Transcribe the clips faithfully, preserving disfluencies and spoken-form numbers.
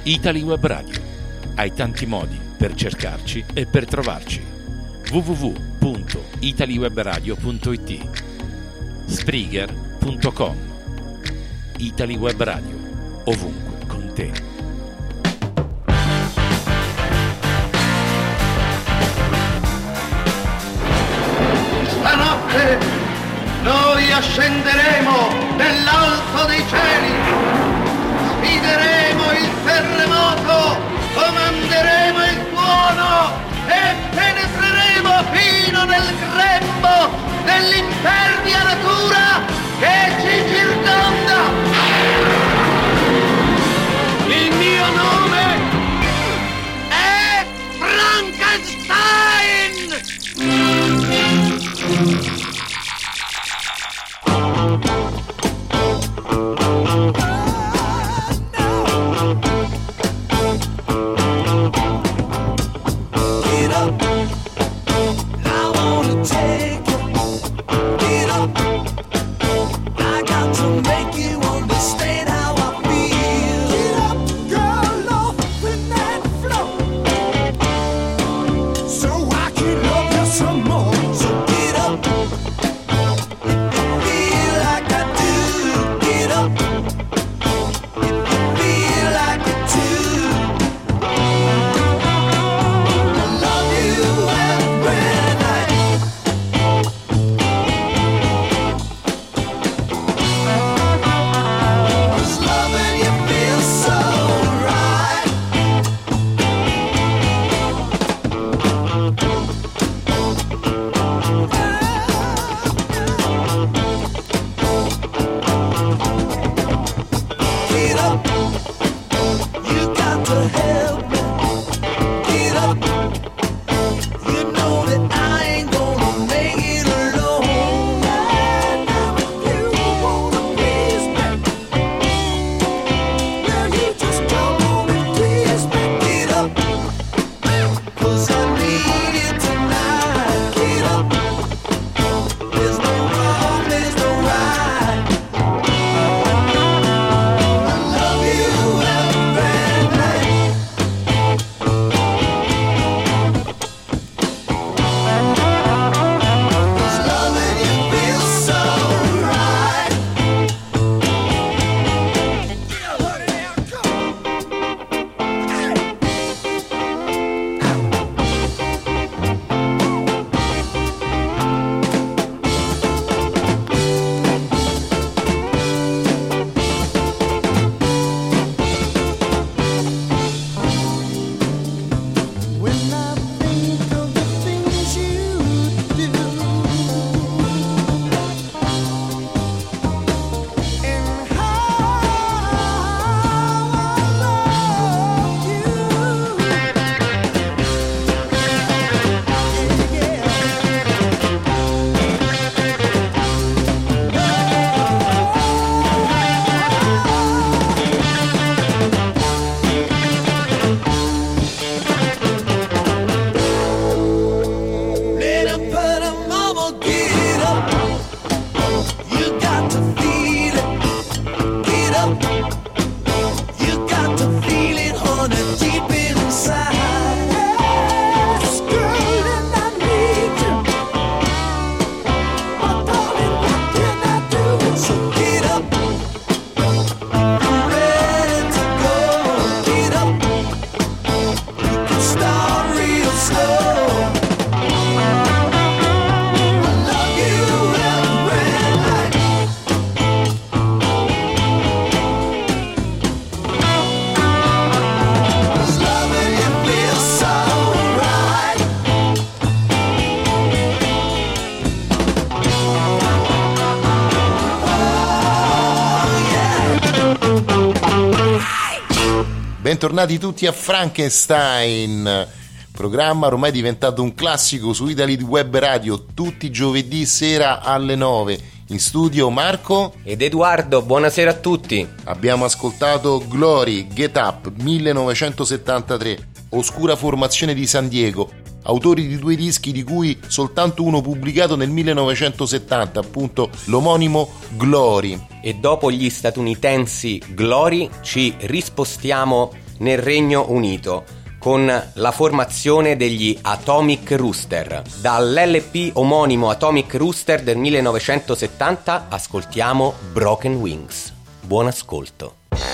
Italy Web Radio. Hai tanti modi per cercarci e per trovarci. w w w punto italywebradio punto i t, Spreaker punto com. Italy Web Radio, ovunque con te. Stanotte noi ascenderemo nell'alto dei cieli, sfideremo il terremoto, comanderemo il tuono e penetreremo fino nel grembo dell'impervia natura che ci circonda. Il mio nome è Frankenstein! Bentornati tutti a Frankenstein, programma ormai diventato un classico su Italy Web Radio, tutti i giovedì sera alle nove. In studio Marco ed Edoardo, buonasera a tutti. Abbiamo ascoltato Glory, Get Up, millenovecentosettantatré, oscura formazione di San Diego, autori di due dischi di cui soltanto uno pubblicato nel millenovecentosettanta, appunto l'omonimo Glory. E dopo gli statunitensi Glory ci rispostiamo nel Regno Unito con la formazione degli Atomic Rooster. Dall'L P omonimo Atomic Rooster del millenovecentosettanta ascoltiamo Broken Wings. Buon ascolto.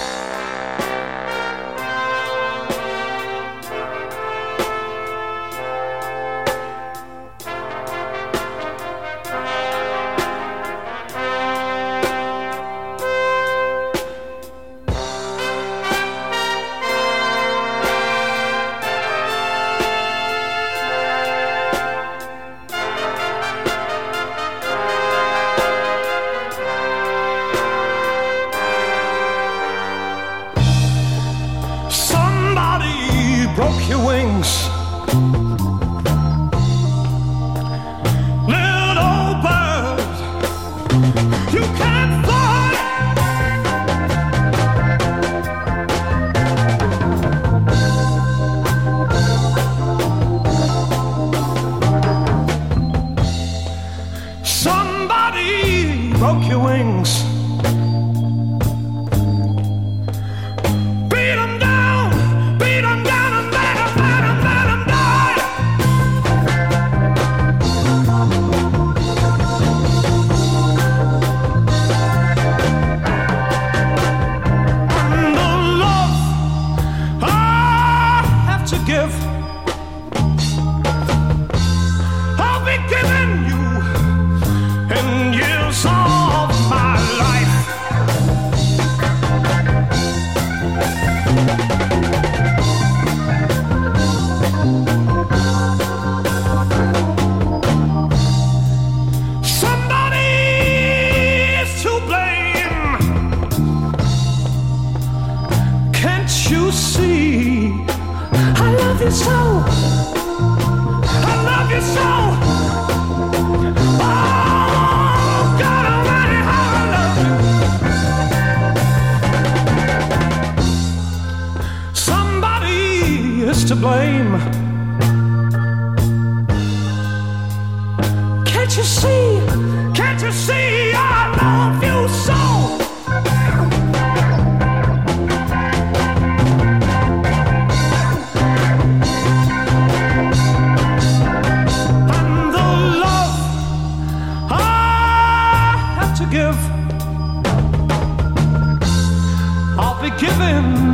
To blame. Can't you see? Can't you see? I love you so. And the love I have to give, I'll be giving.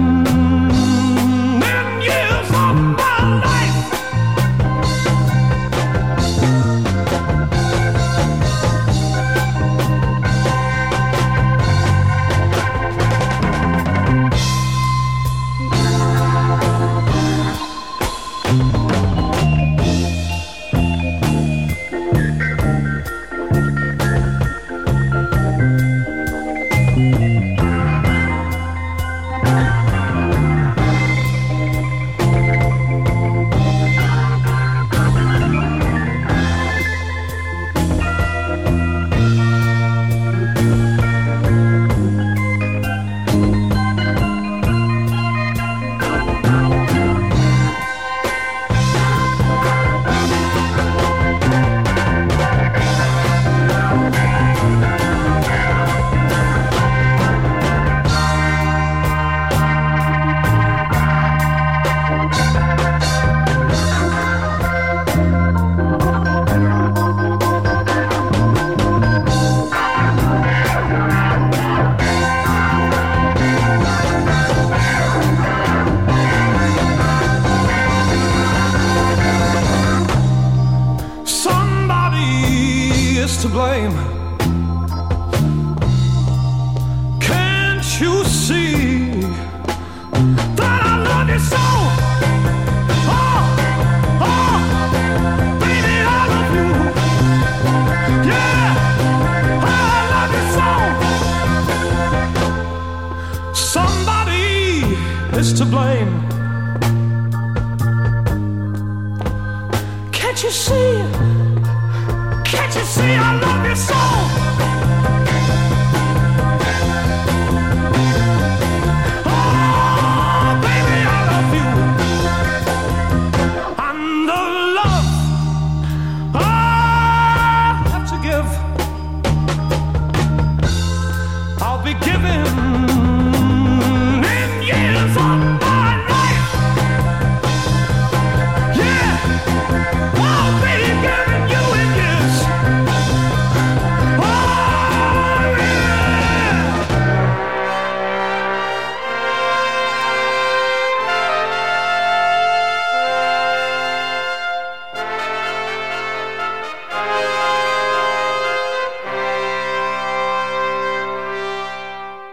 To blame. Can't you see that I love you so? Oh, oh, baby, I love you. Yeah, I love you so. Somebody is to blame. Can't you see? Can't you see I love you so? Oh, baby, I love you. And the love I have to give, I'll be giving in years of my life.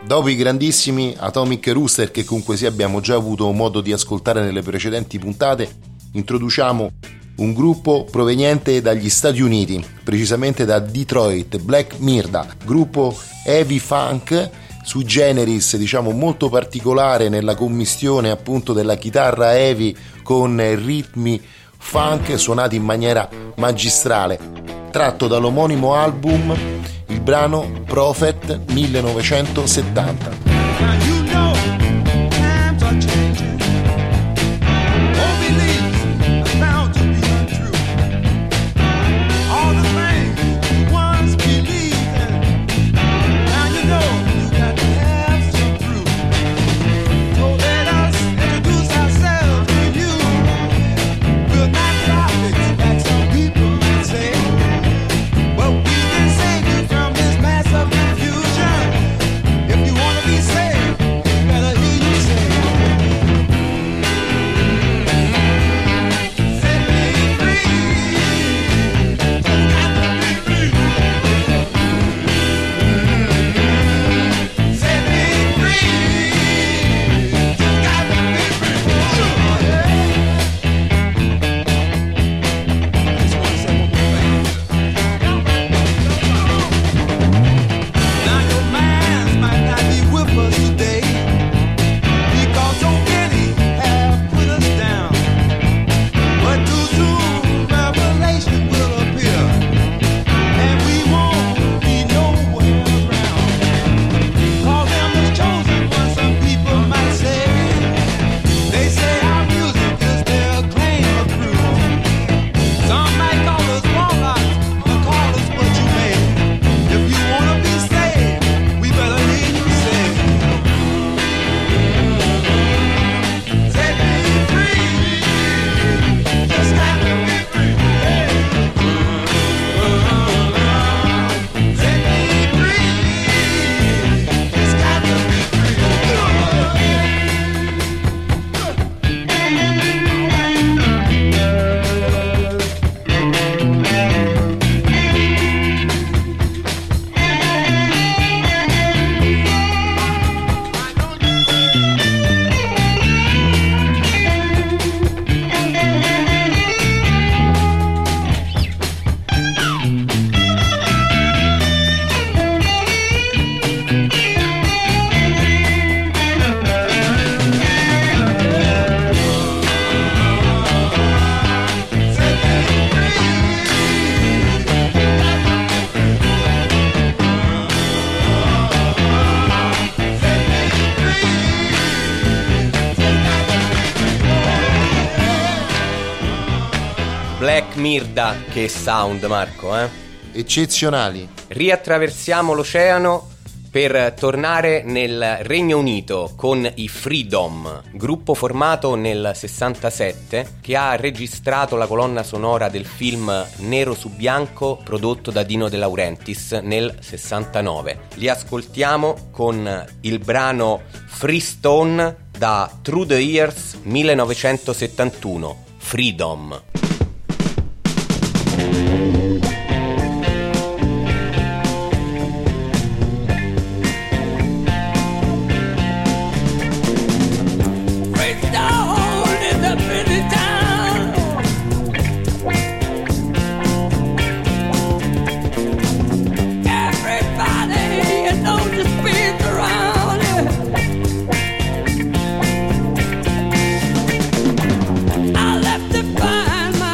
Dopo i grandissimi Atomic Rooster, che comunque sì abbiamo già avuto modo di ascoltare nelle precedenti puntate, introduciamo un gruppo proveniente dagli Stati Uniti, precisamente da Detroit, Black Myrda, gruppo heavy funk sui generis, diciamo molto particolare nella commistione appunto della chitarra heavy con ritmi funk suonati in maniera magistrale. Tratto dall'omonimo album il brano Prophet millenovecentosettanta. Black Myrda, che sound, Marco, eh? Eccezionali. Riattraversiamo l'oceano per tornare nel Regno Unito con i Freedom, gruppo formato nel sessantasette che ha registrato la colonna sonora del film Nero su bianco prodotto da Dino De Laurentiis nel sessantanove. Li ascoltiamo con il brano Freestone da Through the Years millenovecentosettantuno, Freedom. I left to find my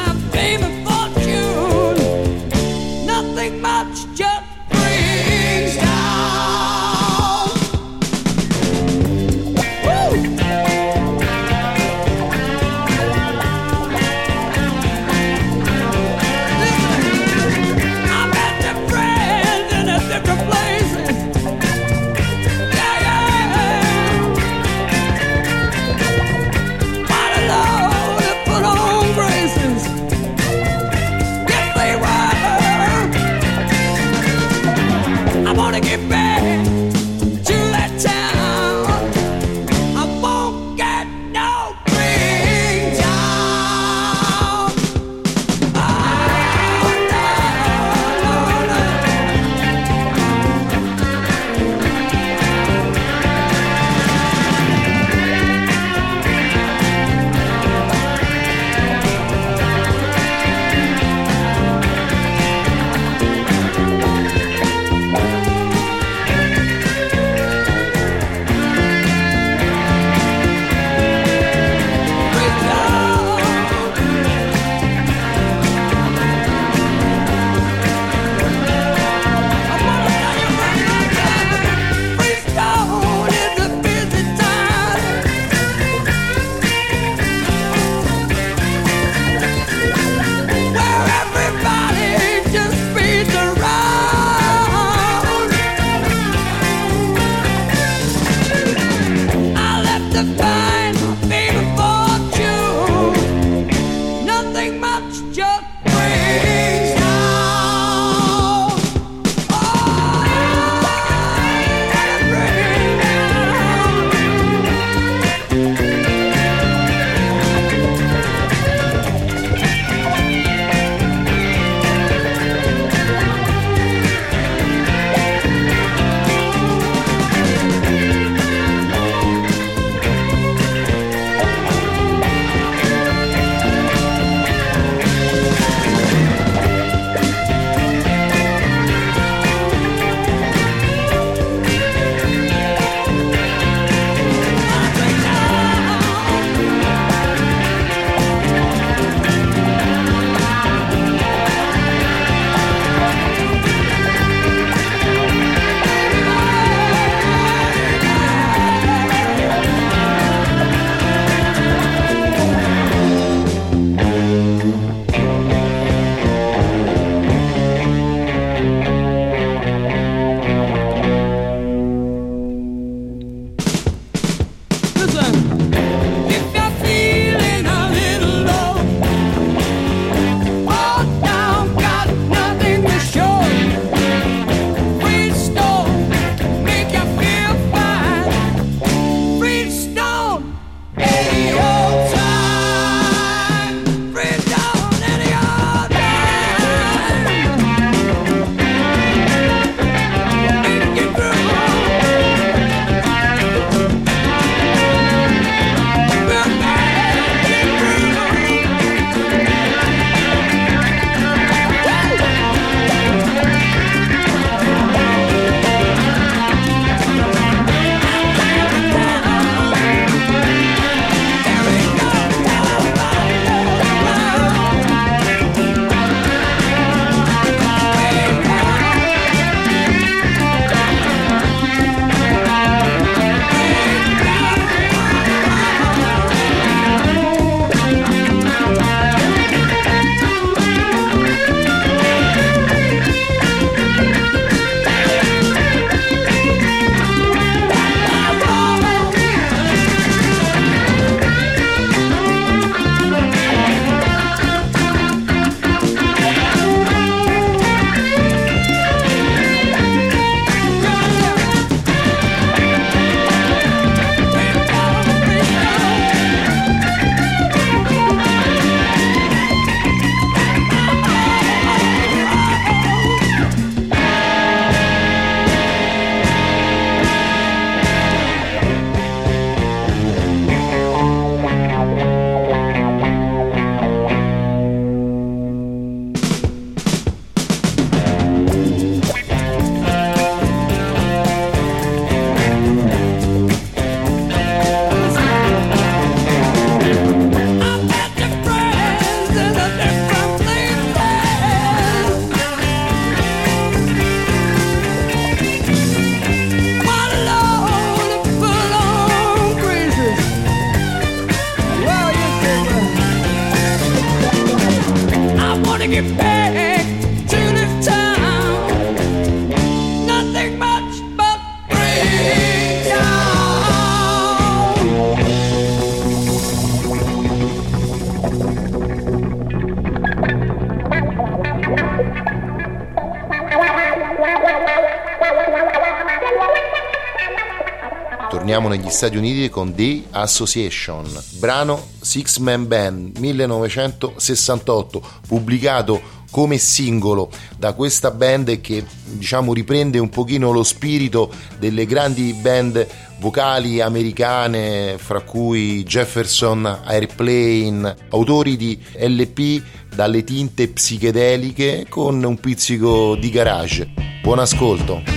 Torniamo negli Stati Uniti con The Association, brano Six Man Band millenovecentosessantotto, pubblicato come singolo da questa band che, diciamo, riprende un pochino lo spirito delle grandi band vocali americane, fra cui Jefferson Airplane, autori di L P dalle tinte psichedeliche con un pizzico di garage. Buon ascolto.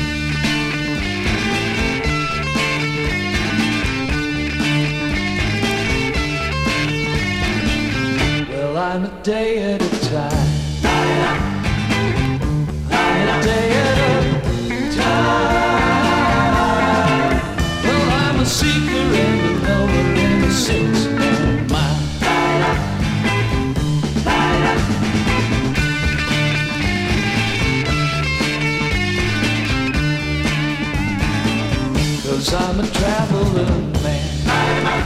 I'm a day at a time. I'm a day at a time. Well, I'm a seeker and a knower in a six-man mind. 'Cause I'm a traveling man.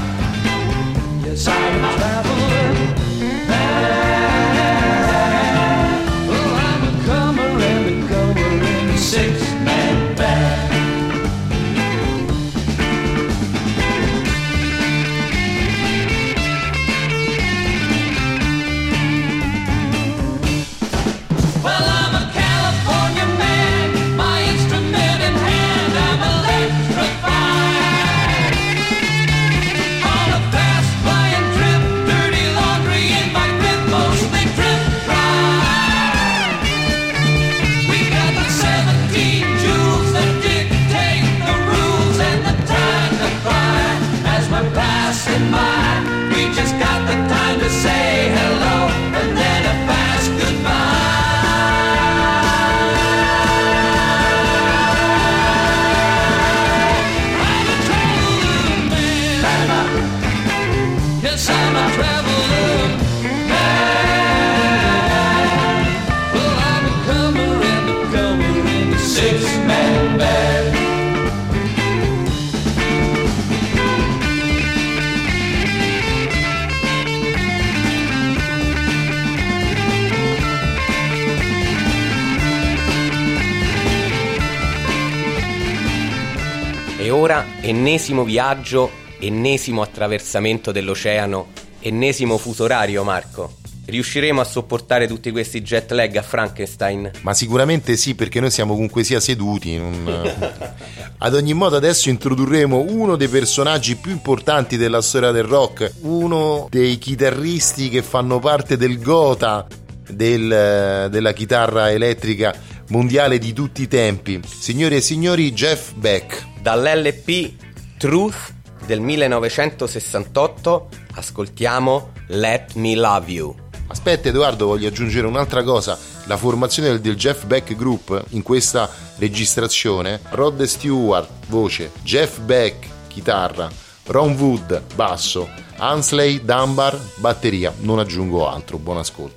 passing by. We just got the time to say hello and then a fast goodbye. I'm a traveling man. Yes, I'm a traveling man. Well, I'm a comer and a comer in a six-man band. E ora, ennesimo viaggio, ennesimo attraversamento dell'oceano, ennesimo fuso orario, Marco. Riusciremo a sopportare tutti questi jet lag a Frankenstein? Ma sicuramente sì, perché noi siamo comunque sia seduti. Non... Ad ogni modo adesso introdurremo uno dei personaggi più importanti della storia del rock, uno dei chitarristi che fanno parte del gotha del, della chitarra elettrica mondiale di tutti i tempi. Signori e signori, Jeff Beck. Dall'L P Truth del millenovecentosessantotto ascoltiamo Let Me Love You. Aspetta Edoardo, voglio aggiungere un'altra cosa. La formazione del, del Jeff Beck Group in questa registrazione: Rod Stewart voce, Jeff Beck chitarra, Ron Wood basso, Ansley Dunbar batteria. Non aggiungo altro, buon ascolto.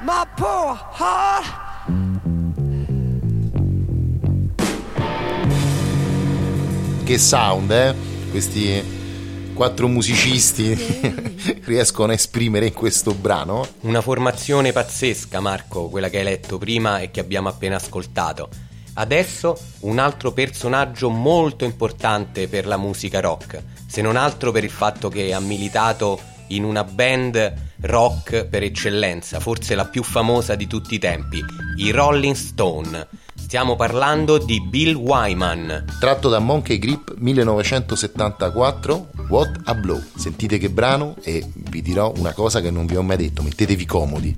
my poor heart. Che sound, eh? Questi quattro musicisti riescono a esprimere in questo brano. Una formazione pazzesca, Marco, quella che hai letto prima e che abbiamo appena ascoltato. Adesso un altro personaggio molto importante per la musica rock, se non altro per il fatto che ha militato in una band rock per eccellenza, forse la più famosa di tutti i tempi, i Rolling Stone. Stiamo parlando di Bill Wyman. Tratto da Monkey Grip millenovecentosettantaquattro, What a Blow. Sentite che brano e vi dirò una cosa che non vi ho mai detto, mettetevi comodi.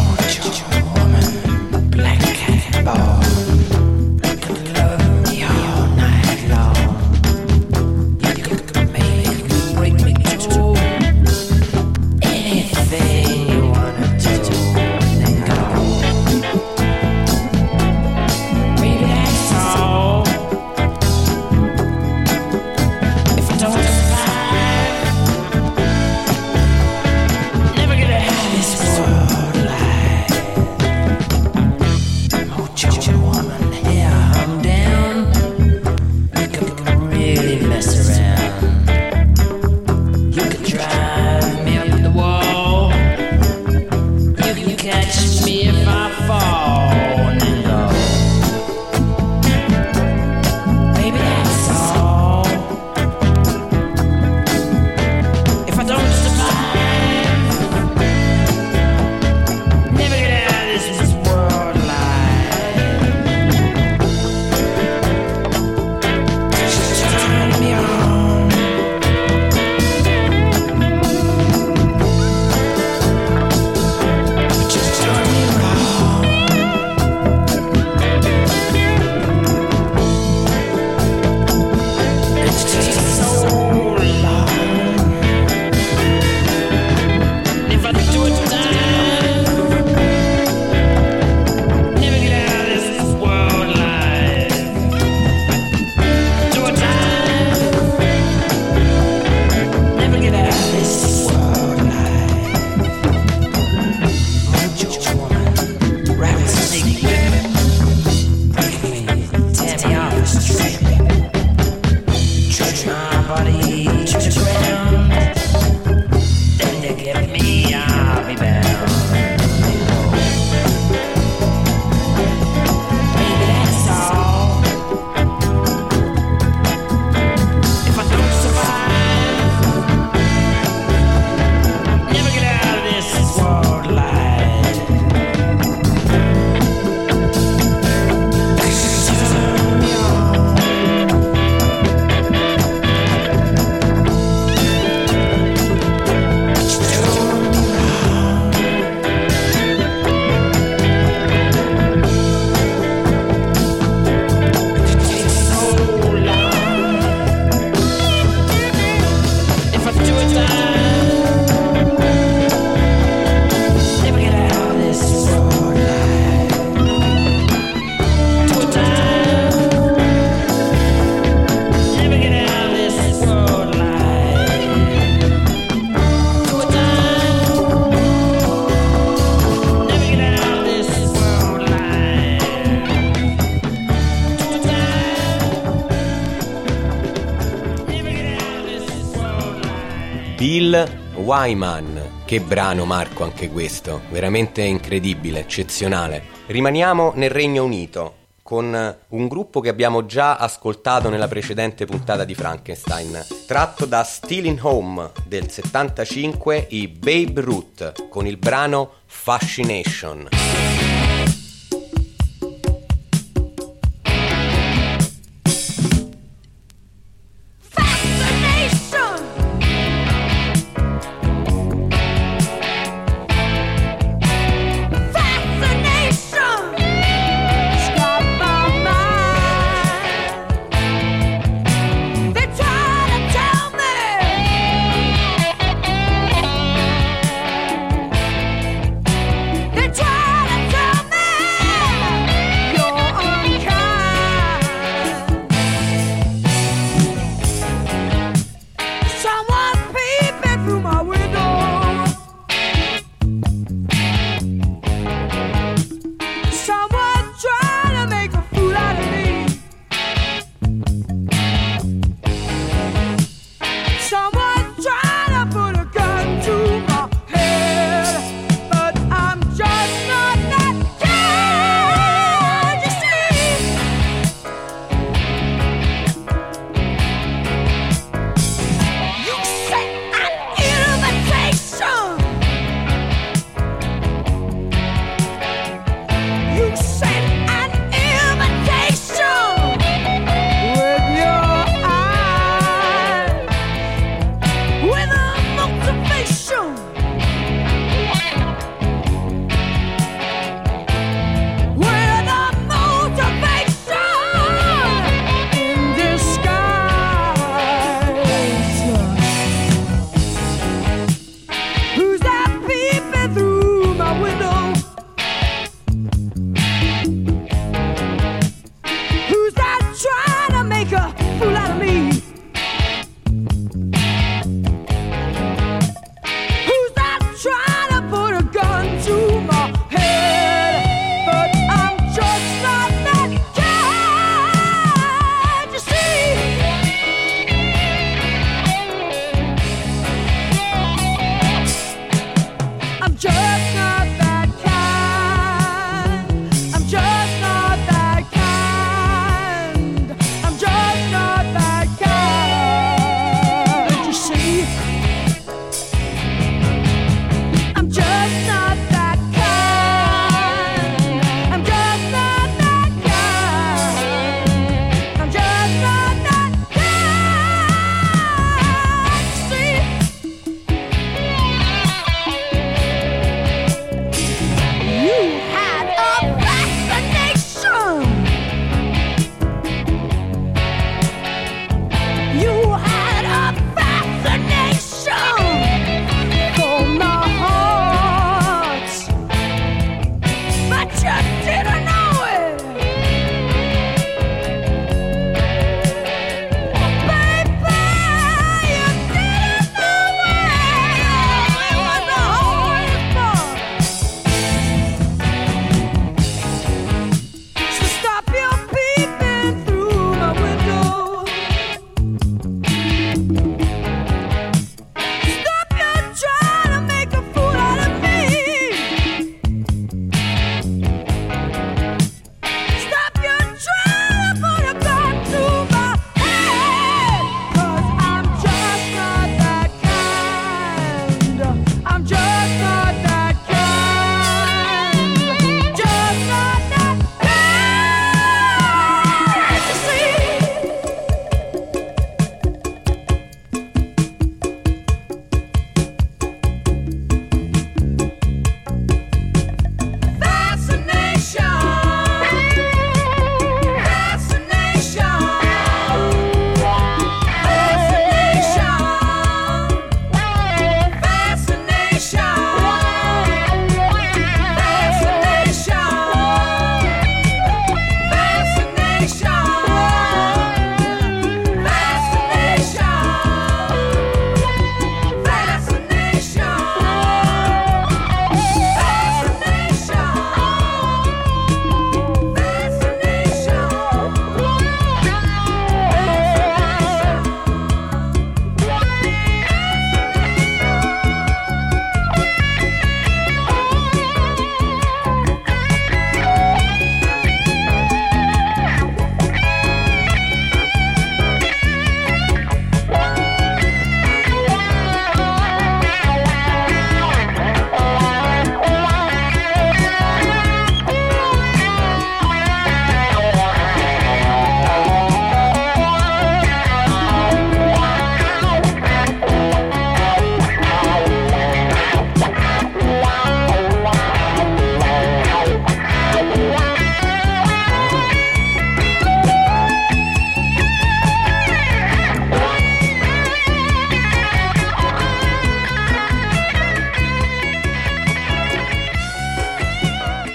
Bill Wyman. Che brano, Marco, anche questo, veramente incredibile, eccezionale. Rimaniamo nel Regno Unito con un gruppo che abbiamo già ascoltato nella precedente puntata di Frankenstein, tratto da Stealing Home del settantacinque, i Babe Ruth con il brano Fascination. Try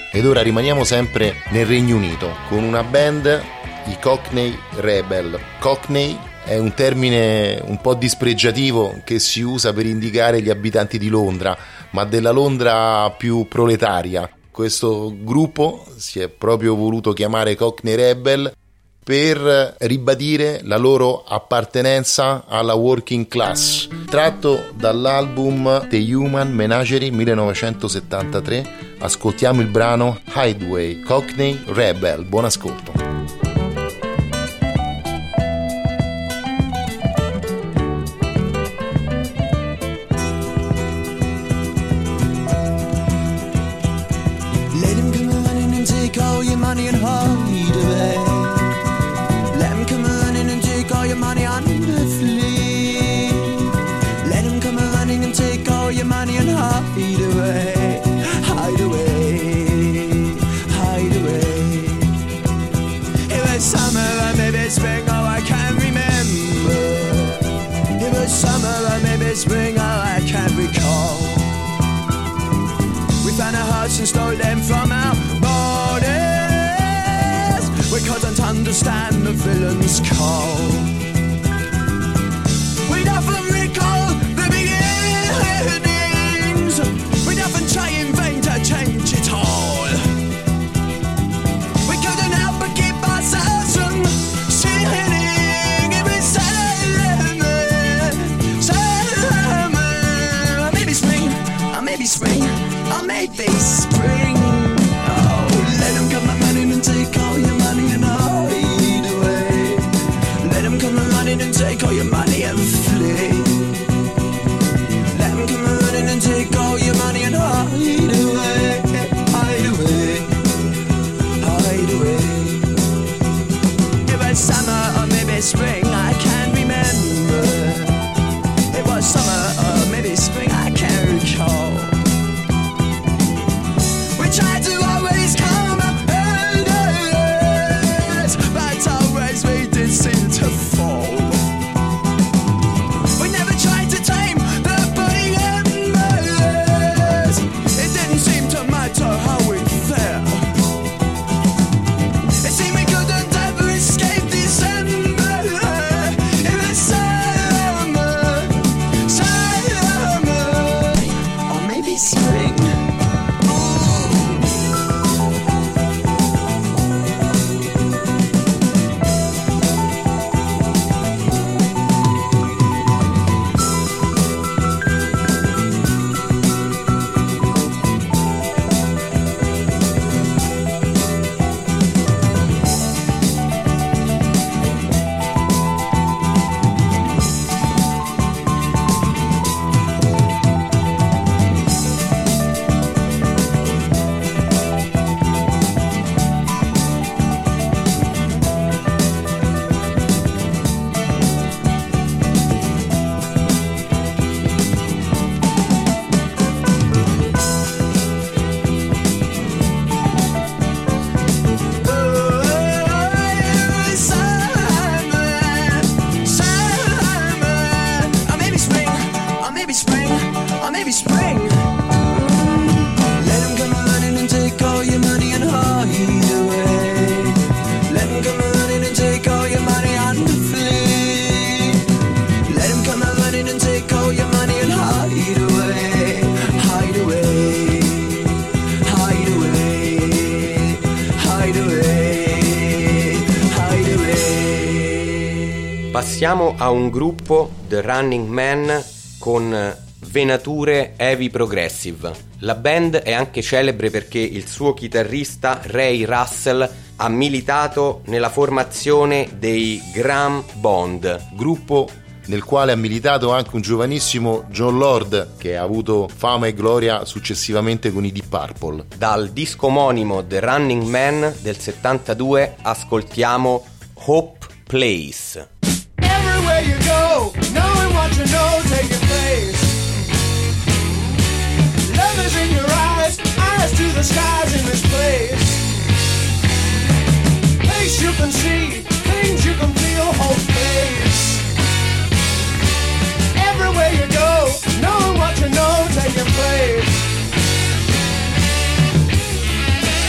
Ed ora rimaniamo sempre nel Regno Unito con una band, i Cockney Rebel. Cockney è un termine un po' dispregiativo che si usa per indicare gli abitanti di Londra, ma della Londra più proletaria. Questo gruppo si è proprio voluto chiamare Cockney Rebel per ribadire la loro appartenenza alla working class. Tratto dall'album The Human Menagerie millenovecentosettantatré, ascoltiamo il brano Hideaway, Cockney Rebel. Buon ascolto. All your money and hide away. Let them come running and take all your money and flee. Let them come running and take all your money and hide away. Hide away, hide away. It was summer or maybe spring, oh I can't remember. It was summer or maybe spring, oh I can't recall. We found a house and stole them from our borders. We couldn't understand the villain's call. We'd often recall the beginnings. We'd often try in vain to change it all. We couldn't help but keep ourselves from sinning. It was summer, summer, or maybe spring, or maybe spring, or maybe spring. Oh, let them come running and take all your money and hide away. Let them come running and take all your money and flee. Let them come running and take all your money and hide away. Hide away, hide away. It was summer or maybe spring, I can't remember. It was summer or maybe spring, I can't recall. We tried to always come earnest, but always we did seem to fall. We never tried to tame the burning embers. It didn't seem to matter how we felt. It seemed we couldn't ever escape December. It was summer, summer, or maybe spring. Passiamo a un gruppo, The Running Man, con venature heavy progressive. La band è anche celebre perché il suo chitarrista Ray Russell ha militato nella formazione dei Graham Bond, gruppo nel quale ha militato anche un giovanissimo Jon Lord, che ha avuto fama e gloria successivamente con i Deep Purple. Dal disco omonimo The Running Man del settantadue ascoltiamo Hope Place. Everywhere you go, knowing what you know, take your place. Love is in your eyes, eyes to the skies in this place. Place you can see, things you can feel, whole place. Everywhere you go, knowing what you know, take your place.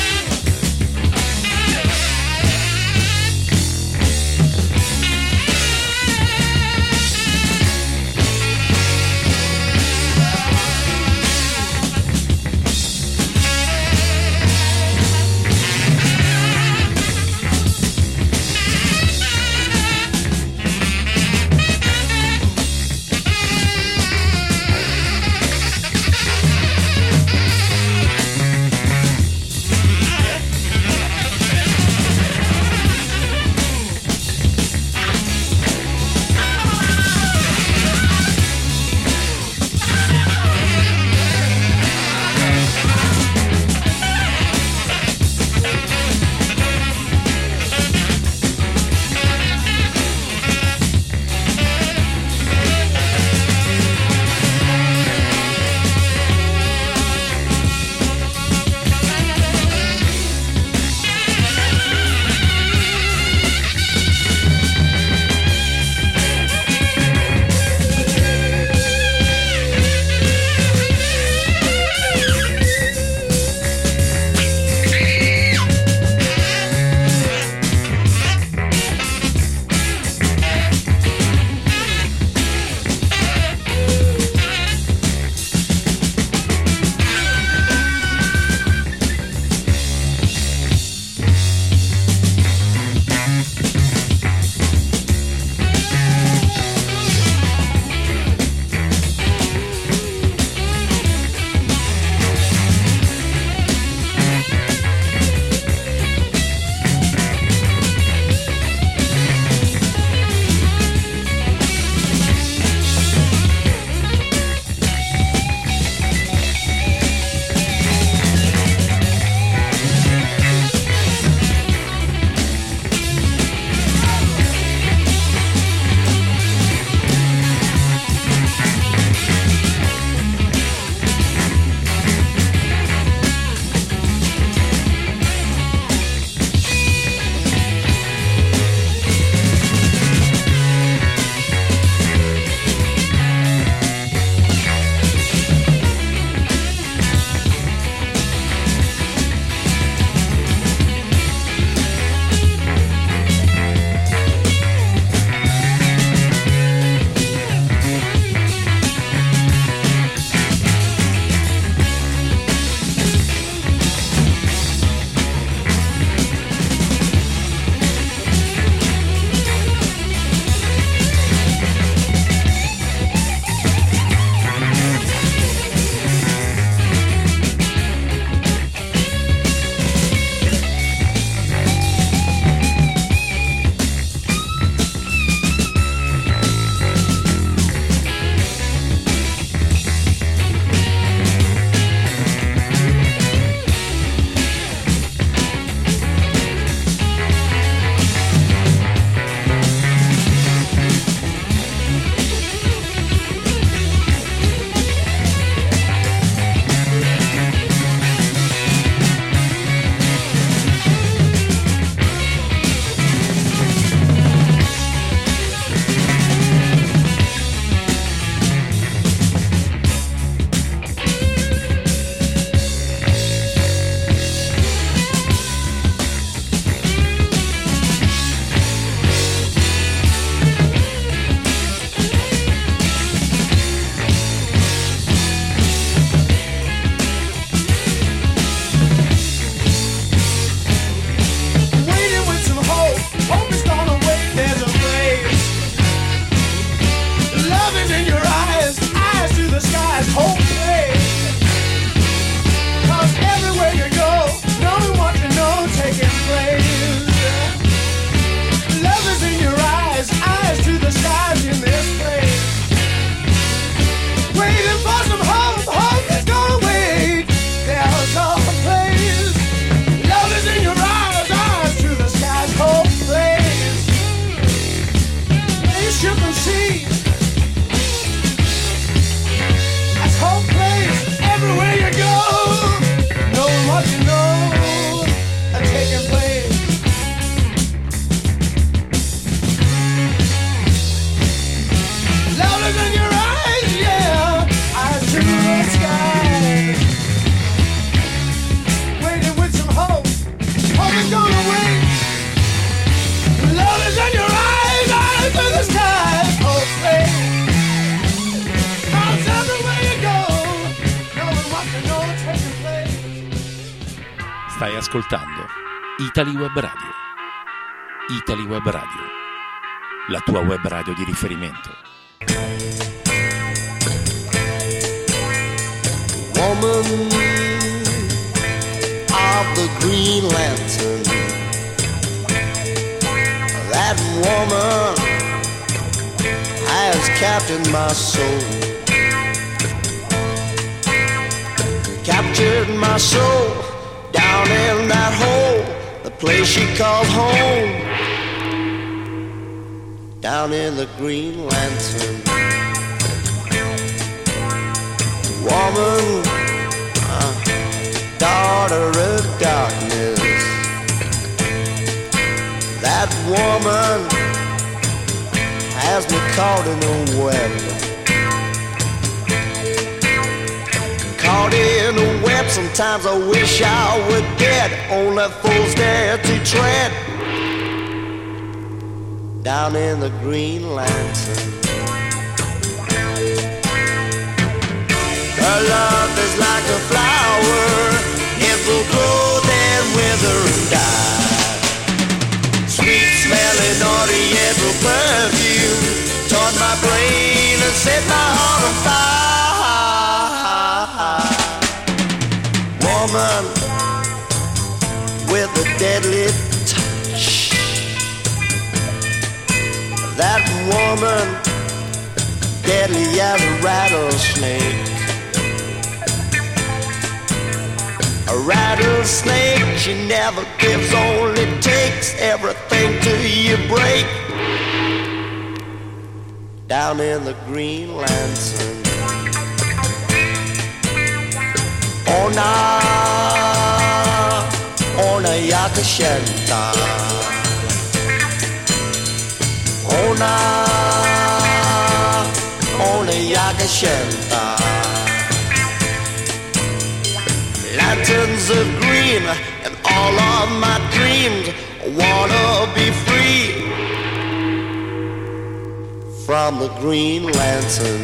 Stai ascoltando Italy Web Radio. Italy Web Radio, la tua web radio di riferimento. Woman of the Green Lantern, that woman has captured my soul, captured my soul down in that hole, the place she calls home, down in the Green Lantern. Woman, uh, daughter of darkness, that woman has me caught in a web, caught in a web. Sometimes I wish I were dead, only fools dare to tread down in the Green Lantern. Her love is like a flower, it will grow then wither and die. Sweet smelling oriental perfume taught my brain and set my heart on fire. Woman with a deadly touch, that woman deadly as a rattlesnake. A rattlesnake, she never gives, only takes everything till you break. Down in the Green Lantern. Ona, Ona Yakashenta. Ona, Ona Yakashenta. Lanterns of green and all of my dreams, wanna be free from the Green Lantern.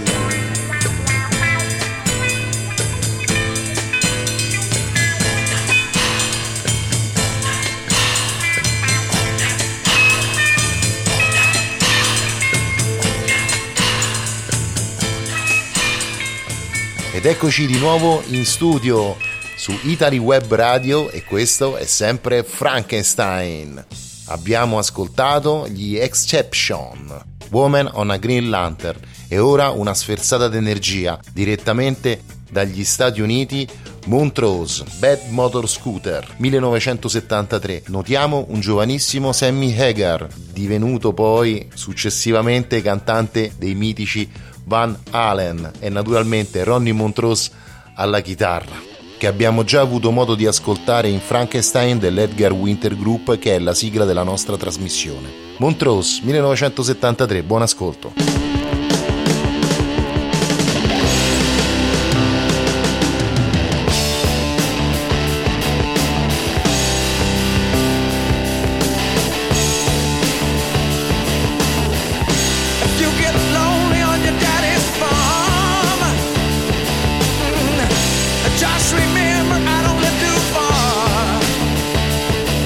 Ed eccoci di nuovo in studio su Italy Web Radio e questo è sempre Frankenstein. Abbiamo ascoltato gli Exception, Woman on a Green Lantern, e ora una sferzata d'energia direttamente dagli Stati Uniti, Montrose, Bad Motor Scooter, millenovecentosettantatré. Notiamo un giovanissimo Sammy Hagar, divenuto poi successivamente cantante dei mitici Van Halen, e naturalmente Ronnie Montrose alla chitarra, che abbiamo già avuto modo di ascoltare in Frankenstein dell'Edgar Winter Group, che è la sigla della nostra trasmissione. Montrose, millenovecentosettantatré, buon ascolto.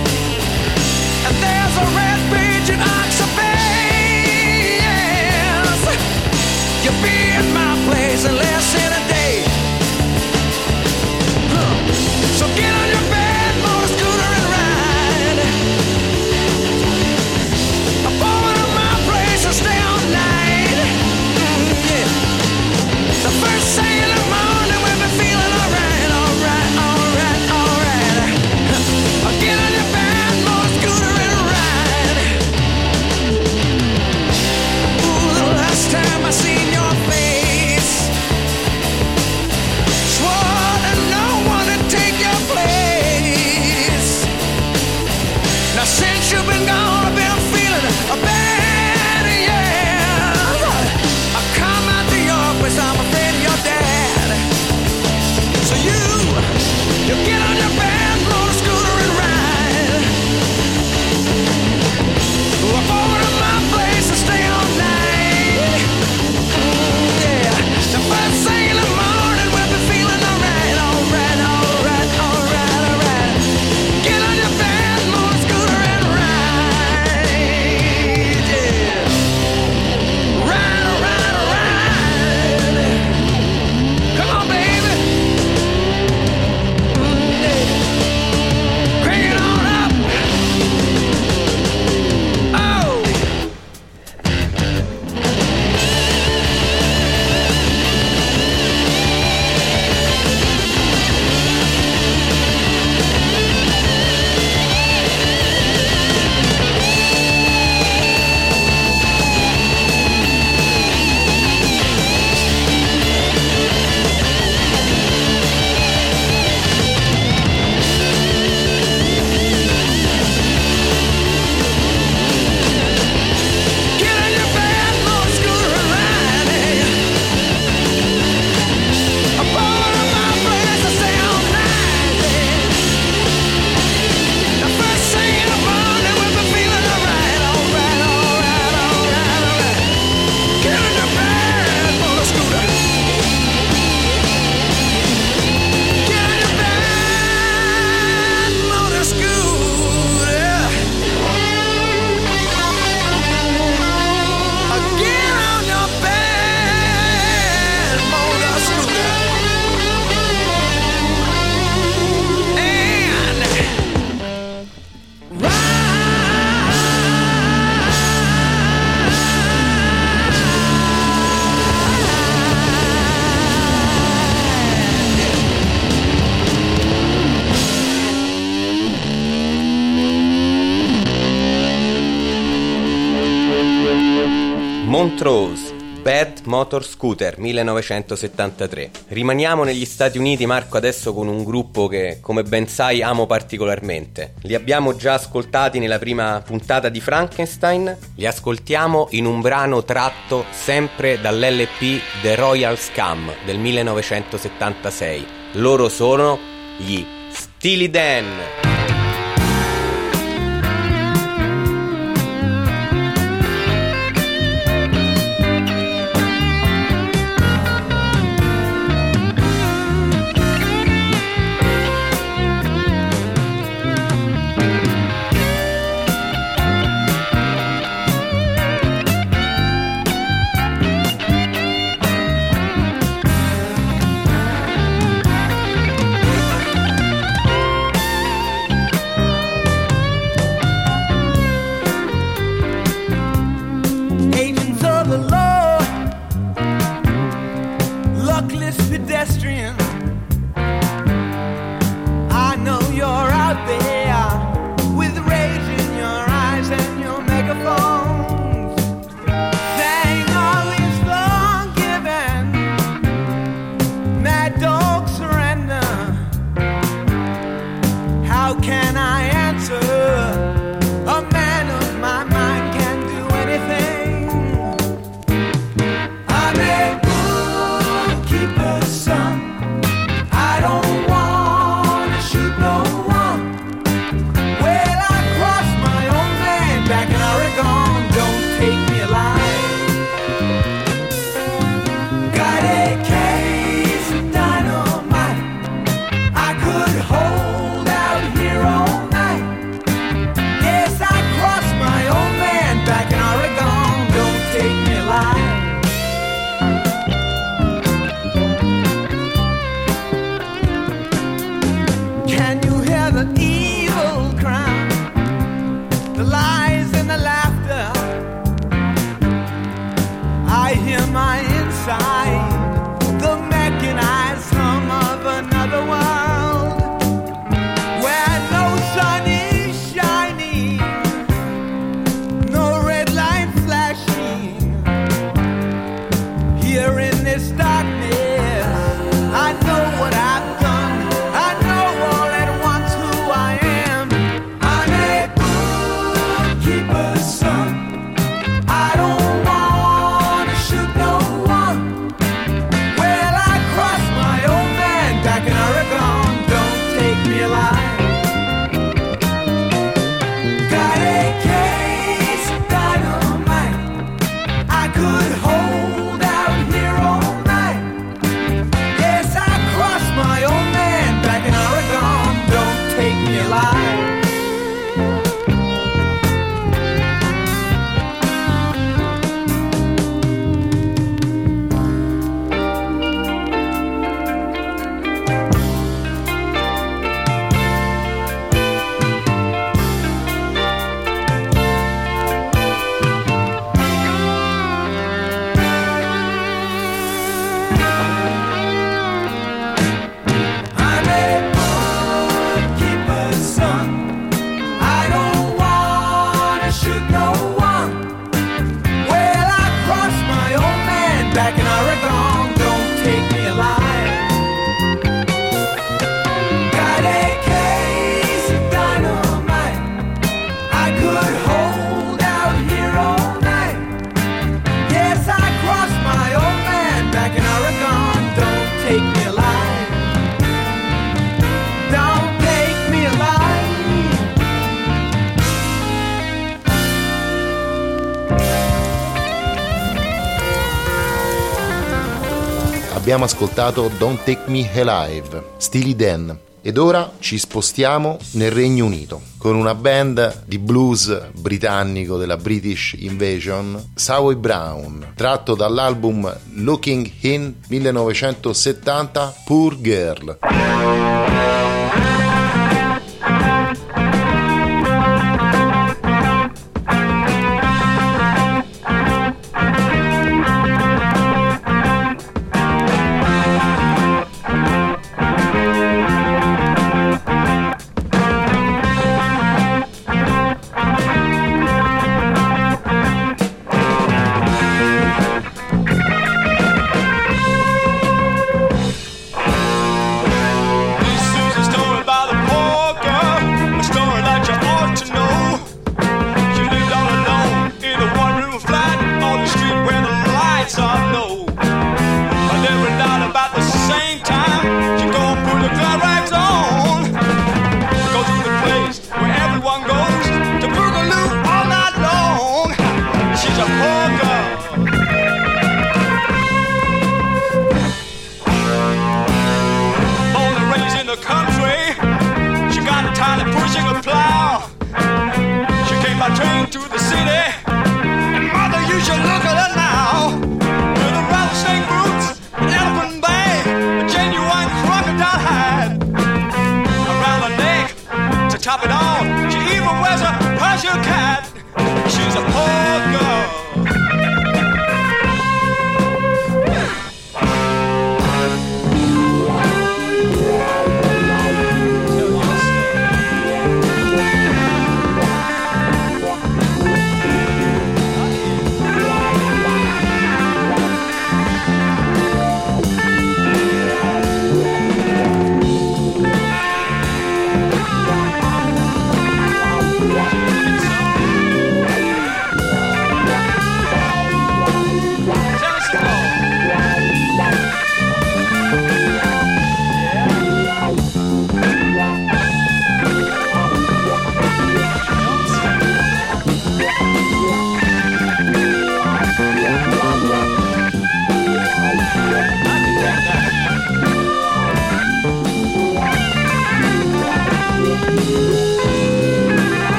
There's a red page in Oxford Bay, yeah. Montrose, Bad Motor Scooter millenovecentosettantatré. Rimaniamo negli Stati Uniti, Marco, adesso con un gruppo che, come ben sai, amo particolarmente. Li abbiamo già ascoltati nella prima puntata di Frankenstein, li ascoltiamo in un brano tratto sempre dall'L P The Royal Scum del millenovecentosettantasei. Loro sono gli Steely Dan. Abbiamo ascoltato Don't Take Me Alive, Steely Dan, ed ora ci spostiamo nel Regno Unito con una band di blues britannico della British Invasion, Savoy Brown, tratto dall'album Looking In millenovecentosettanta, Poor Girl.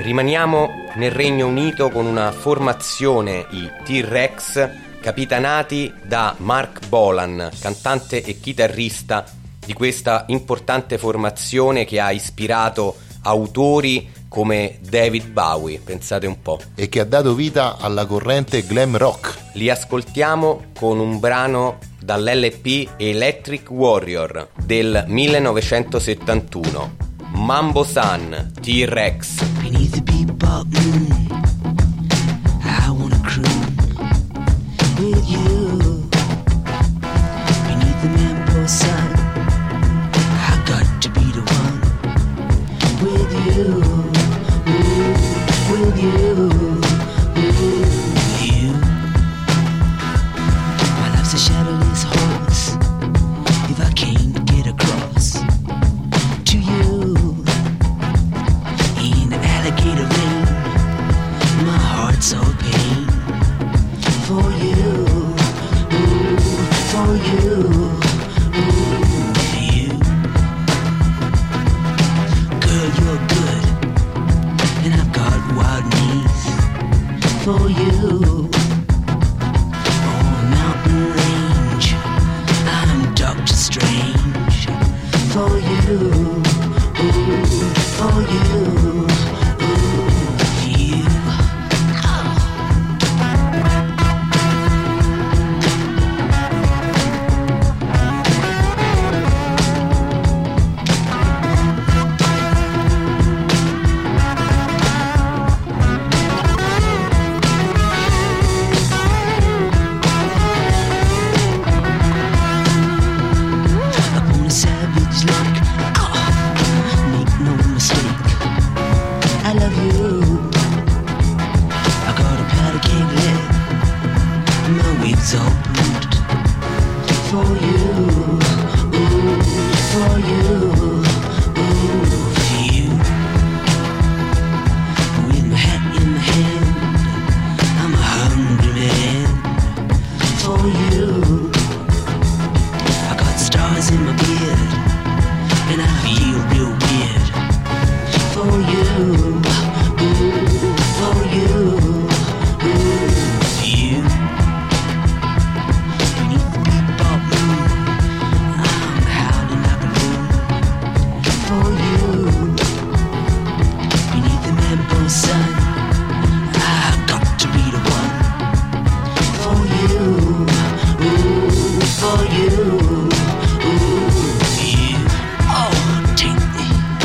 Rimaniamo nel Regno Unito con una formazione, i T-Rex, capitanati da Mark Bolan, cantante e chitarrista di questa importante formazione che ha ispirato autori come David Bowie, pensate un po'. E che ha dato vita alla corrente glam rock. Li ascoltiamo con un brano dall'L P Electric Warrior del millenovecentosettantuno, Mambo Sun, T-Rex. Beneath the bebop moon, I wanna croon with you. Beneath the Mambo sun, I got to be the one with you, ooh, with you, ooh, you. My life's a shadowless horse. If I can't get across to you in the alligator rain, my heart's all pain for you, ooh, for you, ooh, you. Girl, you're good, and I've got wild needs for you. On mountain range, I'm Doctor Strange for you, ooh, for you, ooh, you. Upon a savage like, ah, make no mistake, I love you. I got a powder keg leg, my wig's all bruised for you, ooh, for you, ooh, for you. With my hat in my hand, I'm a hungry man for you. I got stars in my beard, and I feel real weird for you, ooh, for you, ooh, for you. Beneath the bebop moon, I'm howling like a loon for you. Beneath the Mambo sun, I got to be the one for you, ooh, for you, ooh, for you. Oh, take me.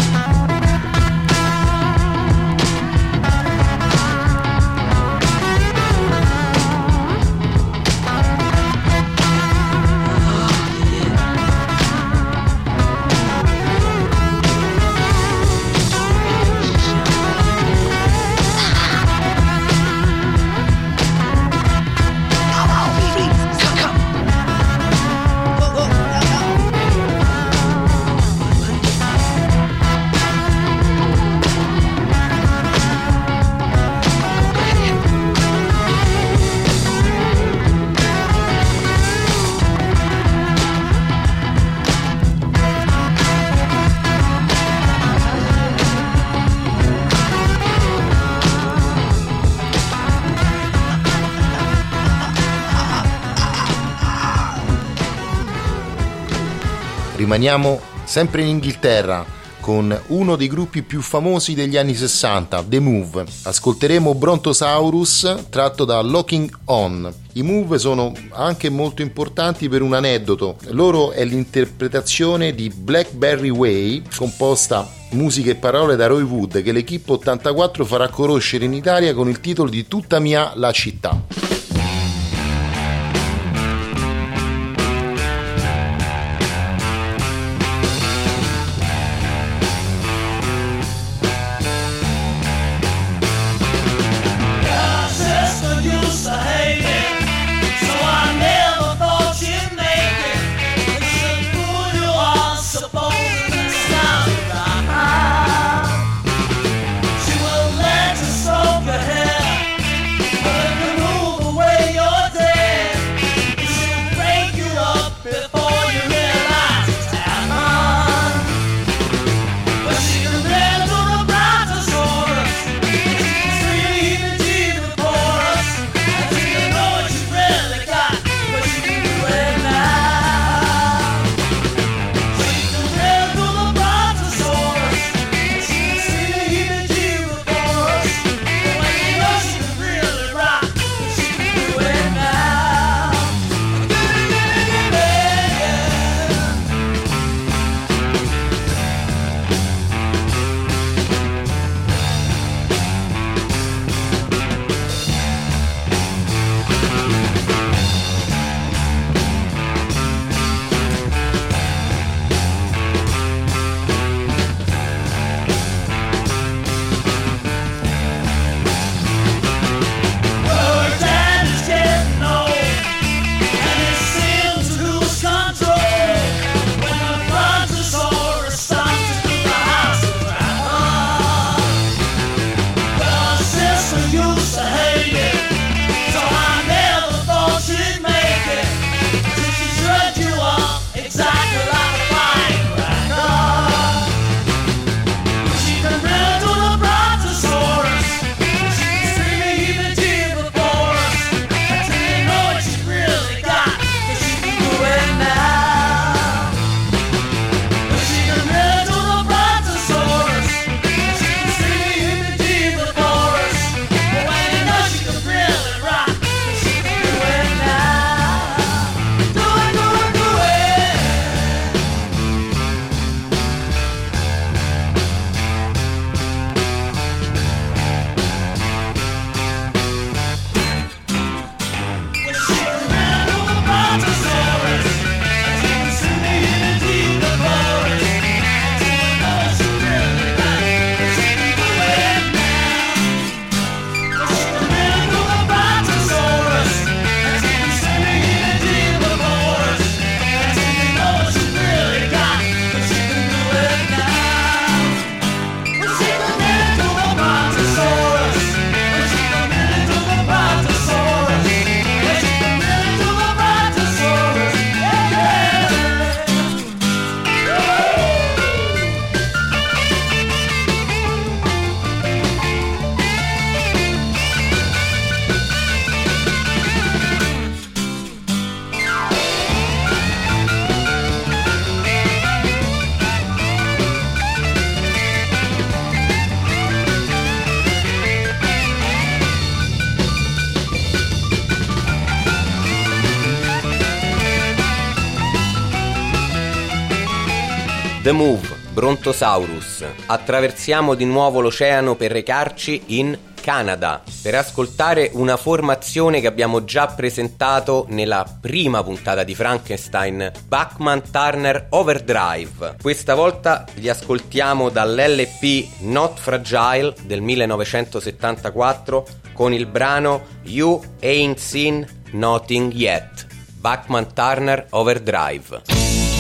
Rimaniamo sempre in Inghilterra con uno dei gruppi più famosi degli anni sessanta, The Move. Ascolteremo Brontosaurus tratto da Locking On. I Move sono anche molto importanti per un aneddoto. Loro è l'interpretazione di Blackberry Way, composta musica e parole da Roy Wood, che l'Equipe ottantaquattro farà conoscere in Italia con il titolo di Tutta mia la città. Move The Move, Brontosaurus. Attraversiamo di nuovo l'oceano per recarci in Canada per ascoltare una formazione che abbiamo già presentato nella prima puntata di Frankenstein, Bachman Turner Overdrive. Questa volta li ascoltiamo dall'L P Not Fragile del millenovecentosettantaquattro con il brano You Ain't Seen Nothing Yet. Bachman Turner Overdrive.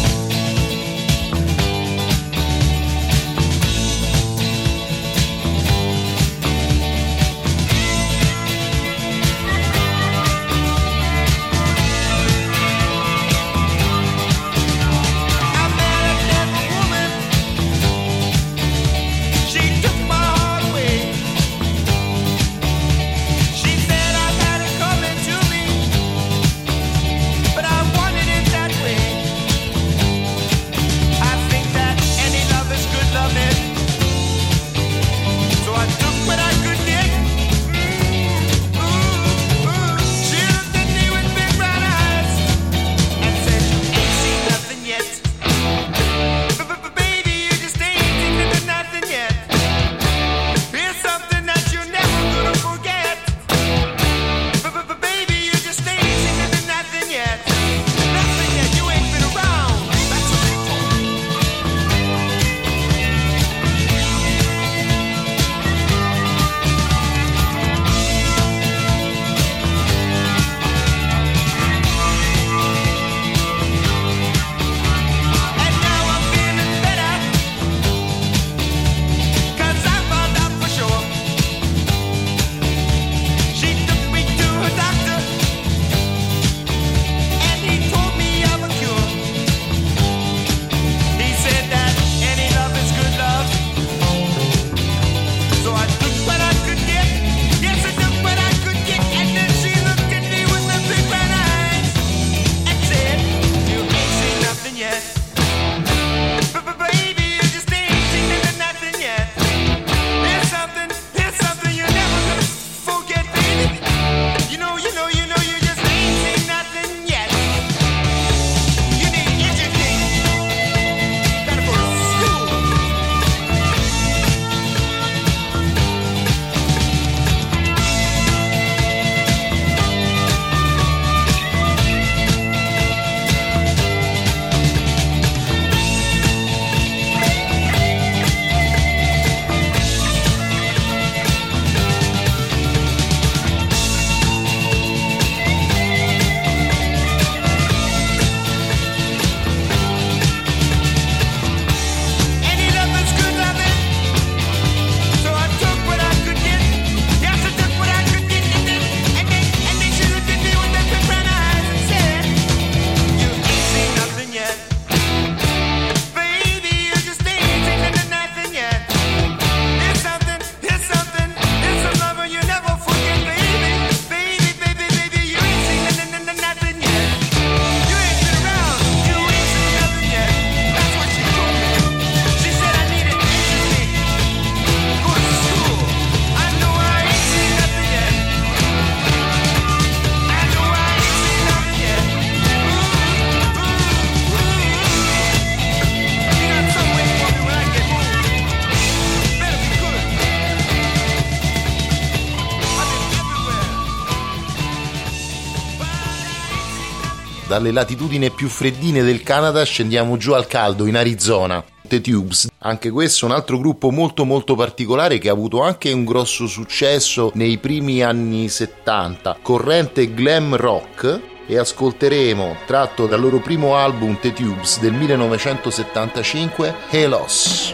Dalle latitudini più freddine del Canada scendiamo giù al caldo in Arizona. The Tubes, anche questo un altro gruppo molto molto particolare che ha avuto anche un grosso successo nei primi anni settanta, corrente glam rock, e ascolteremo, tratto dal loro primo album The Tubes del millenovecentosettantacinque, Helos.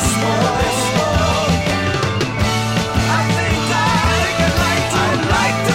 Like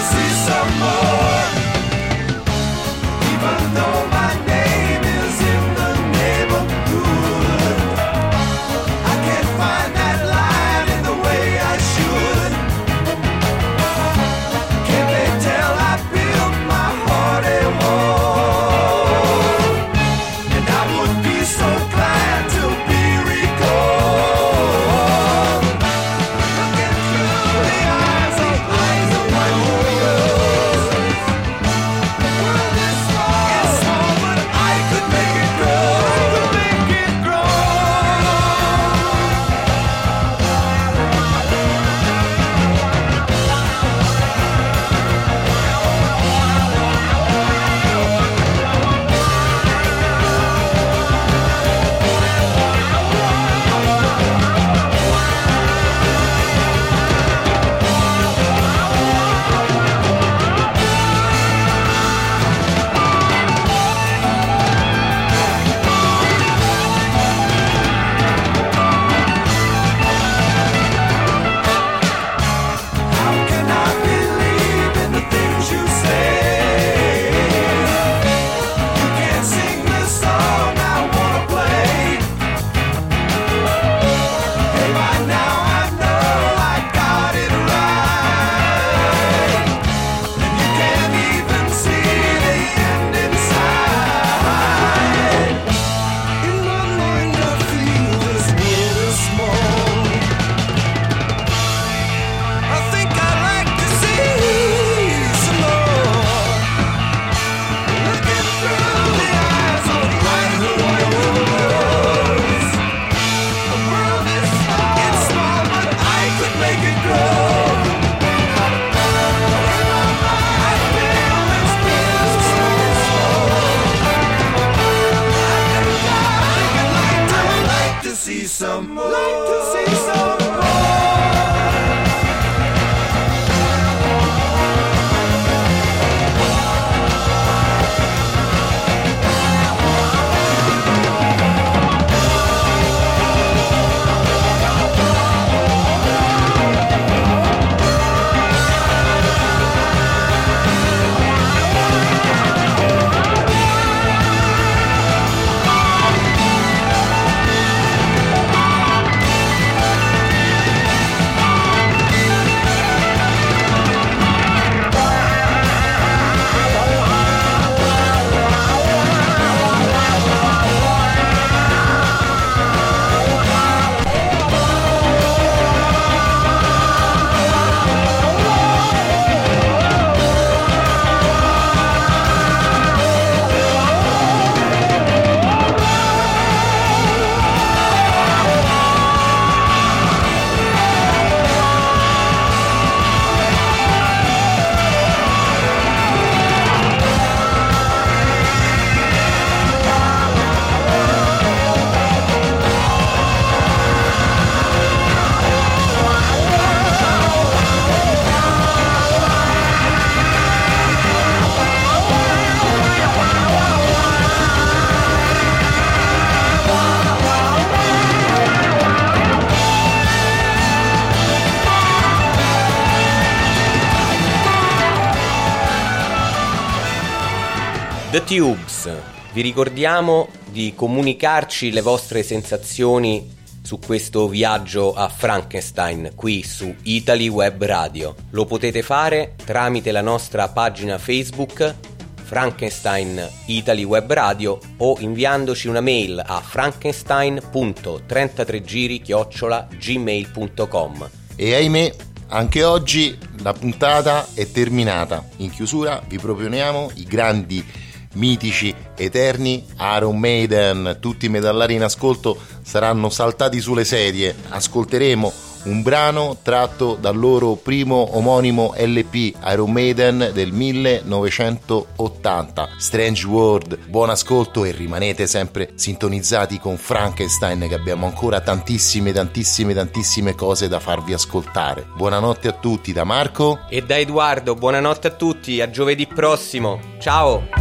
The Tubes. Vi ricordiamo di comunicarci le vostre sensazioni su questo viaggio a Frankenstein qui su Italy Web Radio. Lo potete fare tramite la nostra pagina Facebook Frankenstein Italy Web Radio o inviandoci una mail a frankenstein punto trentatré giri chiocciola gmail punto com. E ahimè, anche oggi la puntata è terminata. In chiusura vi proponiamo i grandi, mitici, eterni Iron Maiden. Tutti i metallari in ascolto saranno saltati sulle sedie. Ascolteremo un brano tratto dal loro primo omonimo L P Iron Maiden del millenovecentottanta, Strange World. Buon ascolto e rimanete sempre sintonizzati con Frankenstein, che abbiamo ancora tantissime tantissime tantissime cose da farvi ascoltare. Buonanotte a tutti da Marco e da Edoardo. Buonanotte a tutti, a giovedì prossimo. Ciao.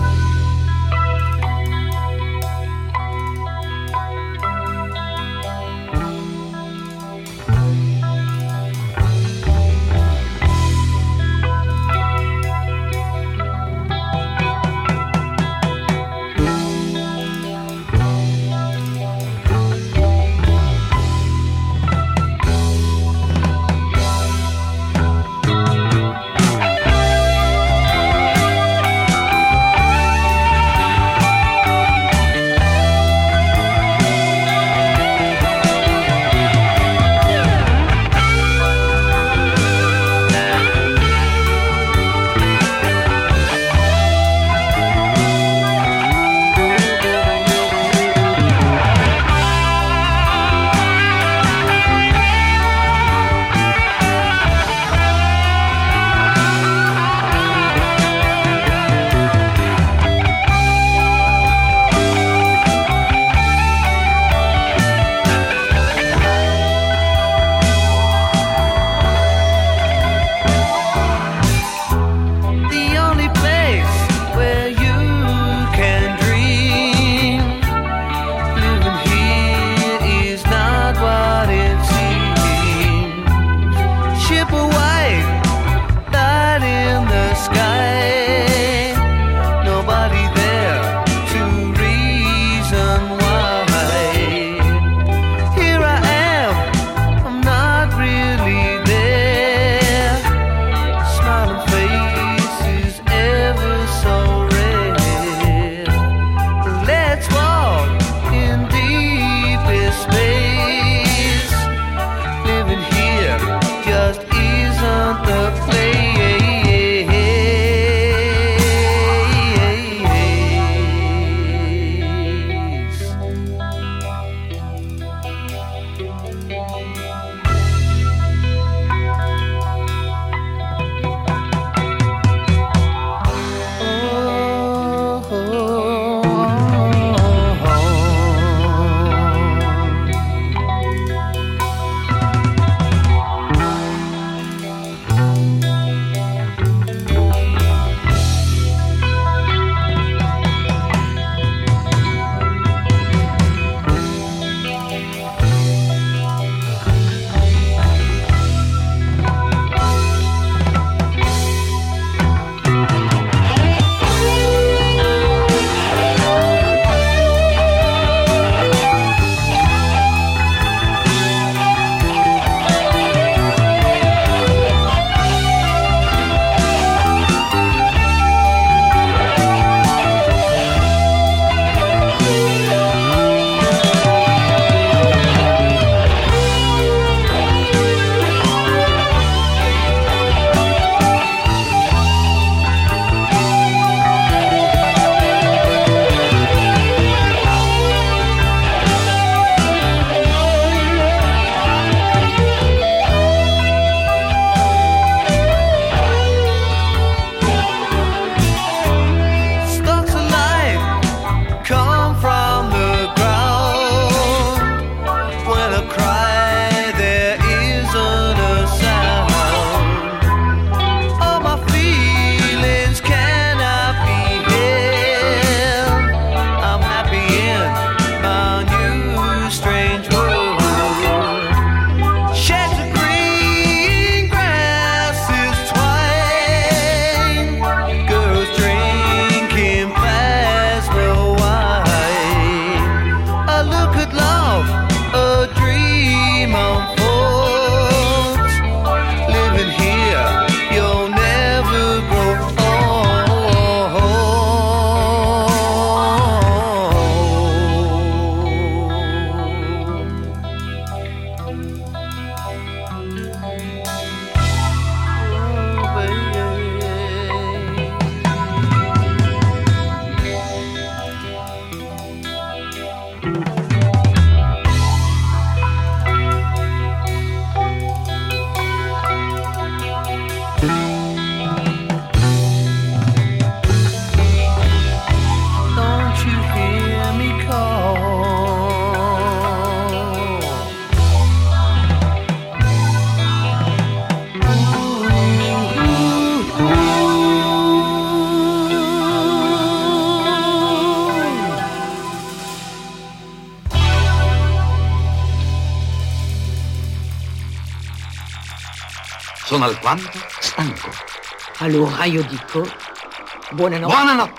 sono alquanto stanco. Allora io dico buonanotte. Buonanotte.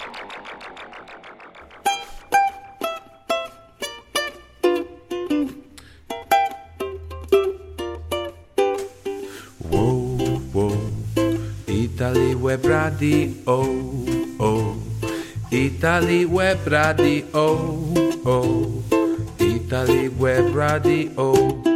Wow, wow, Italy Web Radio, oh, oh, Italy Web Radio, oh, oh, Italy Web Radio, oh.